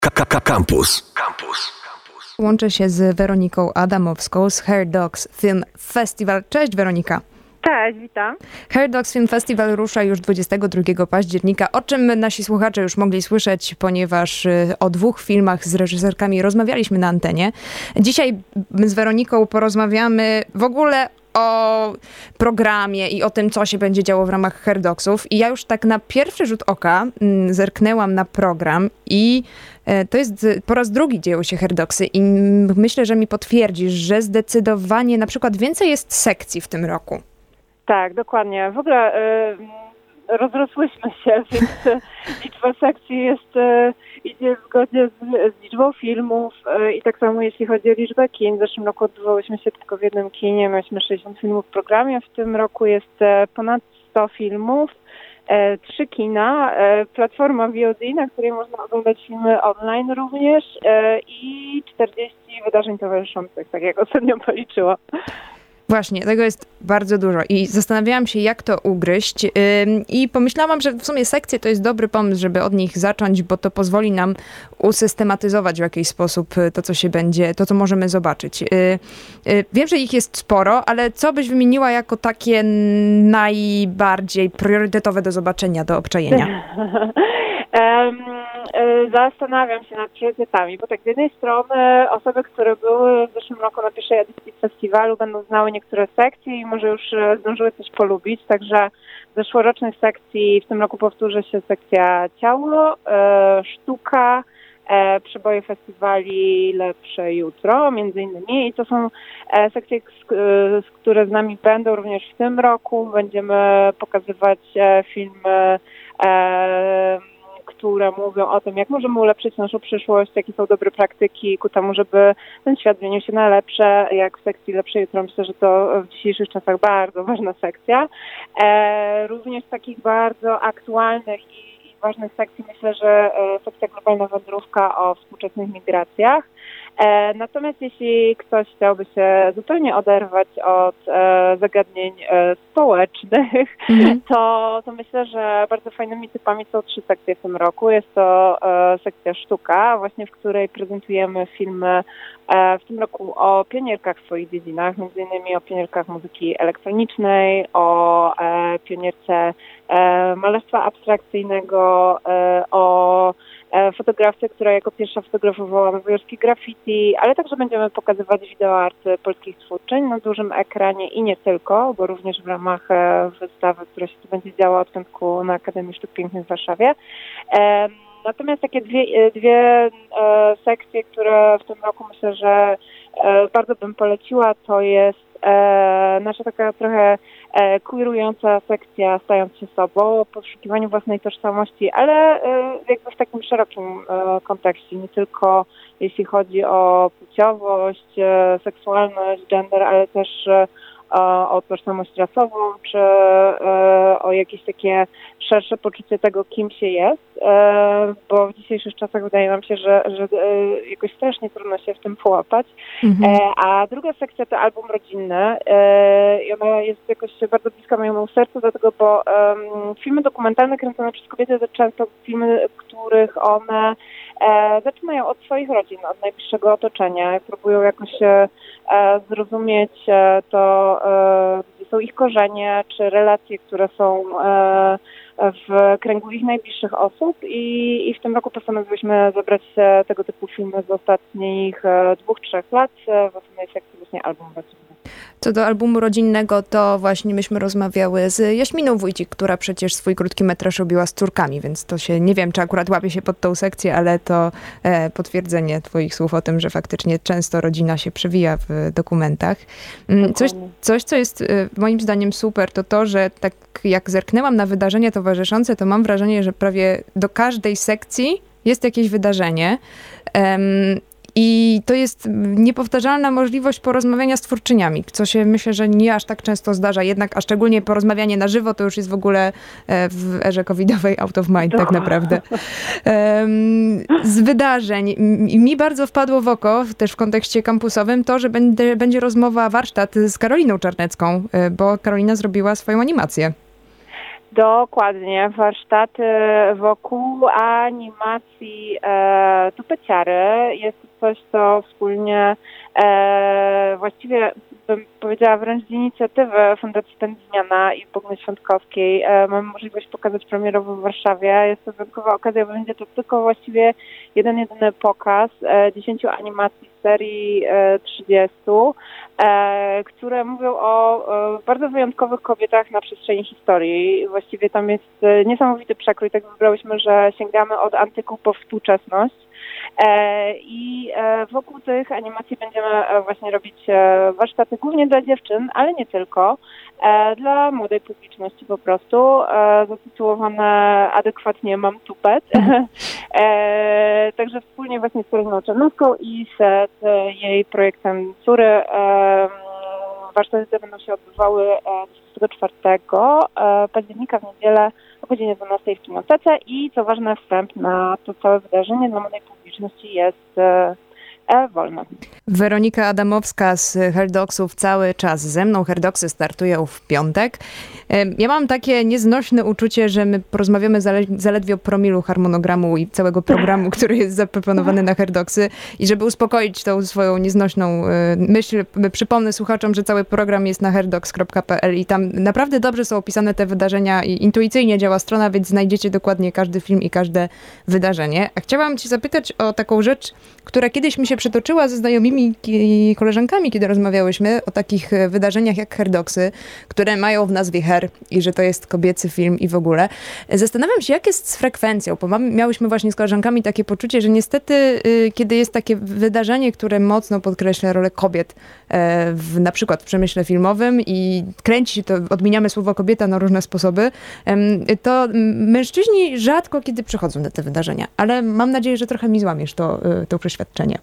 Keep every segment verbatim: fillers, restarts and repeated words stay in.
Campus. Campus. Łączę się z Weroniką Adamowską z Hair Dogs Film Festival. Cześć Weronika. Cześć, witam. Hair Dogs Film Festival rusza już dwudziestego drugiego października, o czym nasi słuchacze już mogli słyszeć, ponieważ o dwóch filmach z reżyserkami rozmawialiśmy na antenie. Dzisiaj z Weroniką porozmawiamy w ogóle o programie i o tym, co się będzie działo w ramach Hair Dogsów. I ja już tak na pierwszy rzut oka mm, zerknęłam na program i e, to jest po raz drugi dzieją się Hair Dogsy i myślę, że mi potwierdzisz, że zdecydowanie na przykład więcej jest sekcji w tym roku. Tak, dokładnie. W ogóle y, rozrosłyśmy się, więc y, liczba sekcji jest y, idzie w zgodzie z, z liczbą filmów y, i tak samo jeśli chodzi o liczbę kin. W zeszłym roku odbywałyśmy się tylko w jednym kinie, mieliśmy sześćdziesiąt filmów w programie. W tym roku jest y, ponad sto filmów, y, trzy kina, y, platforma V O D, na której można oglądać filmy online również y, i czterdzieści wydarzeń towarzyszących, tak jak ostatnio policzyło. Właśnie, tego jest bardzo dużo i zastanawiałam się, jak to ugryźć yy, i pomyślałam, że w sumie sekcje to jest dobry pomysł, żeby od nich zacząć, bo to pozwoli nam usystematyzować w jakiś sposób to, co się będzie, to, co możemy zobaczyć. Yy, yy, wiem, że ich jest sporo, ale co byś wymieniła jako takie najbardziej priorytetowe do zobaczenia, do obczajenia? Um, zastanawiam się nad priorytetami, bo tak z jednej strony osoby, które były w zeszłym roku na pierwszej edycji festiwalu, będą znały niektóre sekcje i może już zdążyły coś polubić, także w zeszłorocznej sekcji w tym roku powtórzy się sekcja ciało, e, sztuka, e, przeboje festiwali Lepsze Jutro między innymi i to są e, sekcje, z, z, które z nami będą również w tym roku. Będziemy pokazywać e, filmy e, które mówią o tym, jak możemy ulepszyć naszą przyszłość, jakie są dobre praktyki ku temu, żeby ten świat zmienił się na lepsze, jak w sekcji Lepsze Jutro. Myślę, że to w dzisiejszych czasach bardzo ważna sekcja. E, również takich bardzo aktualnych i, i ważnych sekcji myślę, że e, sekcja Globalna Wędrówka o współczesnych migracjach. E, natomiast jeśli ktoś chciałby się zupełnie oderwać od e, zagadnień e, społecznych, mm. to, to myślę, że bardzo fajnymi typami są trzy sekcje w tym roku. Jest to e, sekcja sztuka, właśnie w której prezentujemy filmy e, w tym roku o pionierkach w swoich dziedzinach, między innymi o pionierkach muzyki elektronicznej, o e, pionierce e, malarstwa abstrakcyjnego, e, o fotografce, która jako pierwsza fotografowała nowojorski graffiti, ale także będziemy pokazywać wideoart polskich twórczyń na dużym ekranie i nie tylko, bo również w ramach wystawy, która się tu będzie działa od piątku na Akademii Sztuk Pięknych w Warszawie. Natomiast takie dwie, dwie sekcje, które w tym roku myślę, że bardzo bym poleciła, to jest nasza taka trochę queerująca sekcja Stając się sobą, o poszukiwaniu własnej tożsamości, ale jakby w takim szerokim kontekście, nie tylko jeśli chodzi o płciowość, seksualność, gender, ale też o, o tożsamość rasową, czy o jakieś takie szersze poczucie tego, kim się jest, bo w dzisiejszych czasach wydaje nam się, że, że jakoś strasznie trudno się w tym połapać. Mhm. A druga sekcja to album rodzinny i ona jest jakoś bardzo bliska mojemu sercu, dlatego, bo filmy dokumentalne kręcone przez kobiety to często filmy, których one zaczynają od swoich rodzin, od najbliższego otoczenia, próbują jakoś zrozumieć to, gdzie są ich korzenie, czy relacje, które są w kręgu ich najbliższych osób i, i w tym roku postanowiłyśmy zebrać tego typu filmy z ostatnich dwóch, trzech lat w osobnej sekcji właśnie album rodzinny. Co do albumu rodzinnego, to właśnie myśmy rozmawiały z Jaśminą Wójcik, która przecież swój krótki metraż robiła z córkami, więc to się, nie wiem, czy akurat łapie się pod tą sekcję, ale to e, potwierdzenie twoich słów o tym, że faktycznie często rodzina się przewija w dokumentach. Coś, coś co jest e, moim zdaniem super, to to, że tak jak zerknęłam na wydarzenia towarzyszące, to mam wrażenie, że prawie do każdej sekcji jest jakieś wydarzenie. Um, I to jest niepowtarzalna możliwość porozmawiania z twórczyniami, co się myślę, że nie aż tak często zdarza jednak, a szczególnie porozmawianie na żywo to już jest w ogóle w erze covidowej out of mind tak naprawdę. Z wydarzeń. I mi bardzo wpadło w oko, też w kontekście kampusowym, to, że będzie, będzie rozmowa, warsztat z Karoliną Czarnecką, bo Karolina zrobiła swoją animację. Dokładnie, warsztaty wokół animacji e, Tupeciary. Jest to coś, co wspólnie e, właściwie bym powiedziała wręcz z inicjatywy Fundacji Zmiana i Bogny Świątkowskiej e, mamy możliwość pokazać premierowo w Warszawie. Jest to wyjątkowa okazja, bo będzie to tylko właściwie jeden, jedyny pokaz e, dziesięciu animacji z serii e, trzydziestu, e, które mówią o e, bardzo wyjątkowych kobietach na przestrzeni historii. Właściwie tam jest e, niesamowity przekrój, tak wybrałyśmy, że sięgamy od antyku po współczesność. E, I e, wokół tych animacji będziemy e, właśnie robić e, warsztaty głównie dla dziewczyn, ale nie tylko, e, dla młodej publiczności po prostu, e, zatytułowane adekwatnie Mam tupet. e, także wspólnie właśnie z Karoliną Czarnowską i z e, jej projektem Córy e, warsztaty te będą się odbywały dwudziestego czwartego października w niedzielę o godzinie dwunastej w Kinotece i co ważne, wstęp na to całe wydarzenie dla młodej publiczności jest e, wolny. Weronika Adamowska z Herdogsów cały czas ze mną. Herdogsy startują w piątek. Ja mam takie nieznośne uczucie, że my porozmawiamy zale- zaledwie o promilu harmonogramu i całego programu, który jest zaproponowany na Herdogsy. I żeby uspokoić tą swoją nieznośną myśl, przypomnę słuchaczom, że cały program jest na herdogs kropka p l i tam naprawdę dobrze są opisane te wydarzenia i intuicyjnie działa strona, więc znajdziecie dokładnie każdy film i każde wydarzenie. A chciałam cię zapytać o taką rzecz, która kiedyś mi się przetoczyła ze znajomymi i koleżankami, kiedy rozmawiałyśmy o takich wydarzeniach jak Herdogsy, które mają w nazwie Her i że to jest kobiecy film i w ogóle. Zastanawiam się, jak jest z frekwencją, bo mamy, miałyśmy właśnie z koleżankami takie poczucie, że niestety, y, kiedy jest takie wydarzenie, które mocno podkreśla rolę kobiet, e, w, na przykład w przemyśle filmowym i kręci się to, odmieniamy słowo kobieta na różne sposoby, em, to mężczyźni rzadko kiedy przychodzą na te wydarzenia, ale mam nadzieję, że trochę mi złamiesz to, y, to przeświadczenie.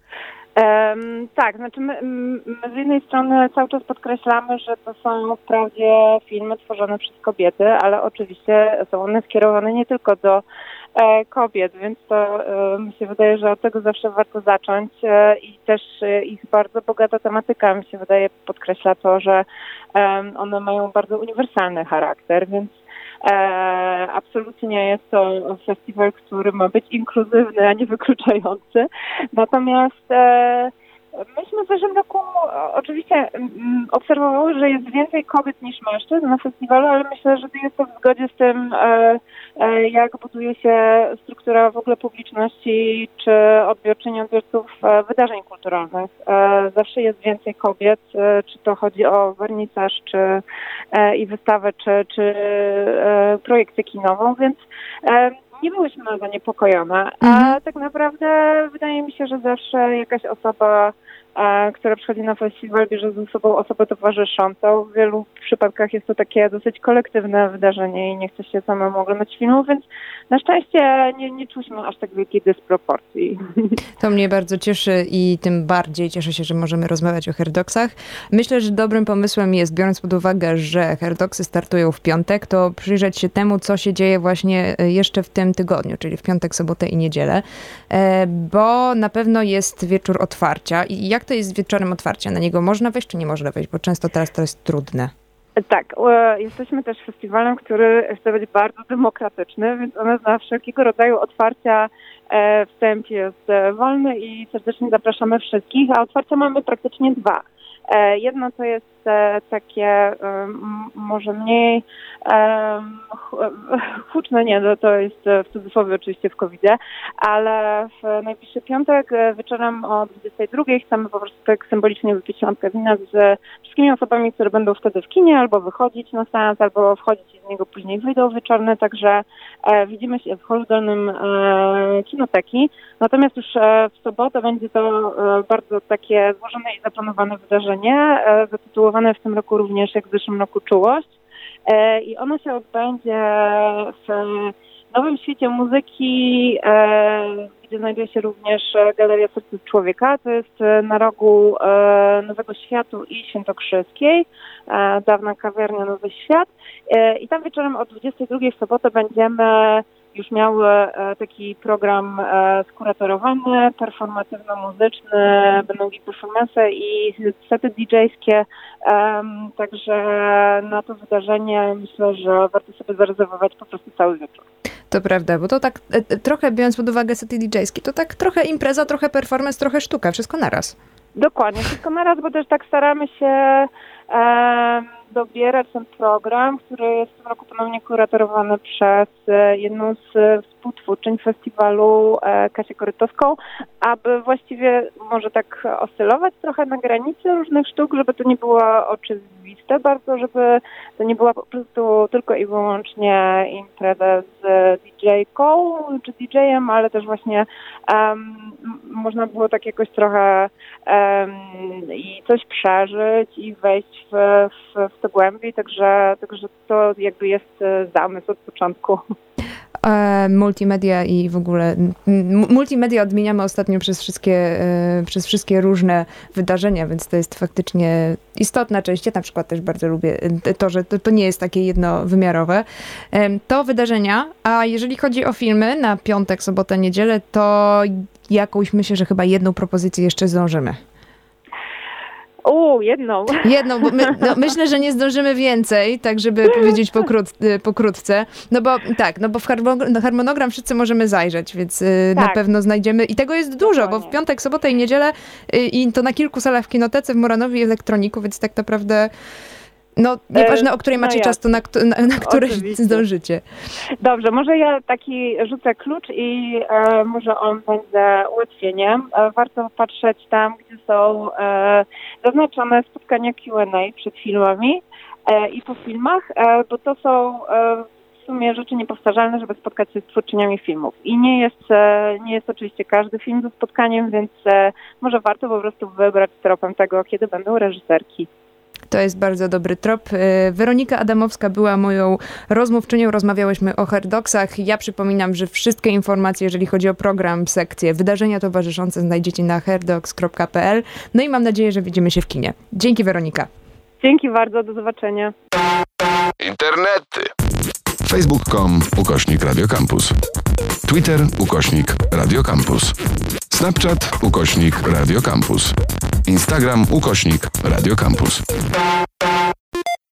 Um, tak, znaczy my, my z jednej strony cały czas podkreślamy, że to są wprawdzie filmy tworzone przez kobiety, ale oczywiście są one skierowane nie tylko do e, kobiet, więc to e, mi się wydaje, że od tego zawsze warto zacząć e, i też e, ich bardzo bogata tematyka mi się wydaje podkreśla to, że e, one mają bardzo uniwersalny charakter, więc E, absolutnie jest to festiwal, który ma być inkluzywny, a nie wykluczający. Natomiast e, myśmy w zeszłym roku oczywiście m, obserwowały, że jest więcej kobiet niż mężczyzn na festiwalu, ale myślę, że jest to w zgodzie z tym, e, e, jak buduje się struktura w ogóle publiczności czy odbiorczyni, odbiorców e, wydarzeń kulturalnych. E, zawsze jest więcej kobiet, e, czy to chodzi o wernisaż, czy e, i wystawę, czy, czy e, projekcję kinową, więc e, nie byłyśmy zaniepokojone, a mhm. tak naprawdę wydaje mi się, że zawsze jakaś osoba, e, która przychodzi na festiwal, bierze ze sobą osobę towarzyszącą. W wielu przypadkach jest to takie dosyć kolektywne wydarzenie i nie chce się samemu oglądać filmu, więc na szczęście nie, nie czuliśmy aż tak wielkiej dysproporcji. To mnie bardzo cieszy i tym bardziej cieszę się, że możemy rozmawiać o Herdogsach. Myślę, że dobrym pomysłem jest, biorąc pod uwagę, że Herdogsy startują w piątek, to przyjrzeć się temu, co się dzieje właśnie jeszcze w tym tygodniu, czyli w piątek, sobotę i niedzielę, bo na pewno jest wieczór otwarcia. I jak to jest z wieczorem otwarcia? Na niego można wejść, czy nie można wejść? Bo często teraz to jest trudne. Tak, jesteśmy też festiwalem, który chce być bardzo demokratyczny, więc one na wszelkiego rodzaju otwarcia wstęp jest wolny i serdecznie zapraszamy wszystkich, a otwarcia mamy praktycznie dwa. Jedno to jest takie może mniej huczne, nie, no to jest w cudzysłowie oczywiście w kowidzie, ale w najbliższy piątek wieczorem o dwudziestej drugiej chcemy po prostu tak symbolicznie wypić szklankę wina z wszystkimi osobami, które będą wtedy w kinie, albo wychodzić na seans, albo wchodzić i z niego później wyjdą wieczorne, także widzimy się w holu dolnym Kinoteki. Natomiast już w sobotę będzie to bardzo takie złożone i zaplanowane wydarzenie, zatytułowane w tym roku również jak w zeszłym roku Czułość. I ono się odbędzie w Nowym Świecie Muzyki, gdzie znajduje się również Galeria Serca Człowieka. To jest na rogu Nowego Światu i Świętokrzyskiej, dawna kawiarnia Nowy Świat. I tam wieczorem o dwudziestej drugiej w sobotę będziemy już miały taki program skuratorowany, performatywno-muzyczny, będą performance i sety didżejskie, także na to wydarzenie myślę, że warto sobie zarezerwować po prostu cały wieczór. To prawda, bo to tak e, trochę, biorąc pod uwagę sety didżejskie, to tak trochę impreza, trochę performance, trochę sztuka, wszystko naraz. Dokładnie, wszystko naraz, bo też tak staramy się e, dobierać ten program, który jest w tym roku ponownie kuratorowany przez e, jedną z współtwórczyń festiwalu, e, Kasię Korytowską, aby właściwie może tak oscylować trochę na granicy różnych sztuk, żeby to nie było oczywiste bardzo, żeby to nie była po prostu tylko i wyłącznie impreza z didżejką czy didżejem, ale też właśnie um, można było tak jakoś trochę um, i coś przeżyć i wejść w, w, w to głębiej, także, także to jakby jest zamysł od początku. E, multimedia i w ogóle m- multimedia odmieniamy ostatnio przez wszystkie, e, przez wszystkie różne wydarzenia, więc to jest faktycznie istotna część. Ja na przykład też bardzo lubię to, że to, to nie jest takie jednowymiarowe. E, to wydarzenia, a jeżeli chodzi o filmy na piątek, sobotę, niedzielę, to jakąś myślę, że chyba jedną propozycję jeszcze zdążymy. O, jedną. Jedną, bo my, no, myślę, że nie zdążymy więcej, tak żeby powiedzieć pokrót, pokrótce. No bo tak, no bo w harmonogram wszyscy możemy zajrzeć, więc y, tak. Na pewno znajdziemy. I tego jest dużo, Dokładnie. Bo w piątek, sobotę i niedzielę y, i to na kilku salach w Kinotece, w Muranowie i Elektroniku, więc tak naprawdę no nieważne, o której macie no czas, to na, na, na której zdążycie. Dobrze, może ja taki rzucę klucz i e, może on będzie ułatwieniem. E, warto patrzeć tam, gdzie są e, zaznaczone spotkania Q and A przed filmami e, i po filmach, e, bo to są e, w sumie rzeczy niepowtarzalne, żeby spotkać się z twórczyniami filmów. I nie jest, e, nie jest oczywiście każdy film ze spotkaniem, więc e, może warto po prostu wybrać tropem tego, kiedy będą reżyserki. To jest bardzo dobry trop. Weronika Adamowska była moją rozmówczynią. Rozmawiałyśmy o Herdogsach. Ja przypominam, że wszystkie informacje, jeżeli chodzi o program, sekcję, wydarzenia towarzyszące znajdziecie na herdogs kropka p l. No i mam nadzieję, że widzimy się w kinie. Dzięki, Weronika. Dzięki bardzo, do zobaczenia. Internety. facebook kropka com ukośnik Radio Campus. Twitter ukośnik Radio Campus. Snapchat ukośnik Radio Campus. Instagram ukośnik Radio Campus.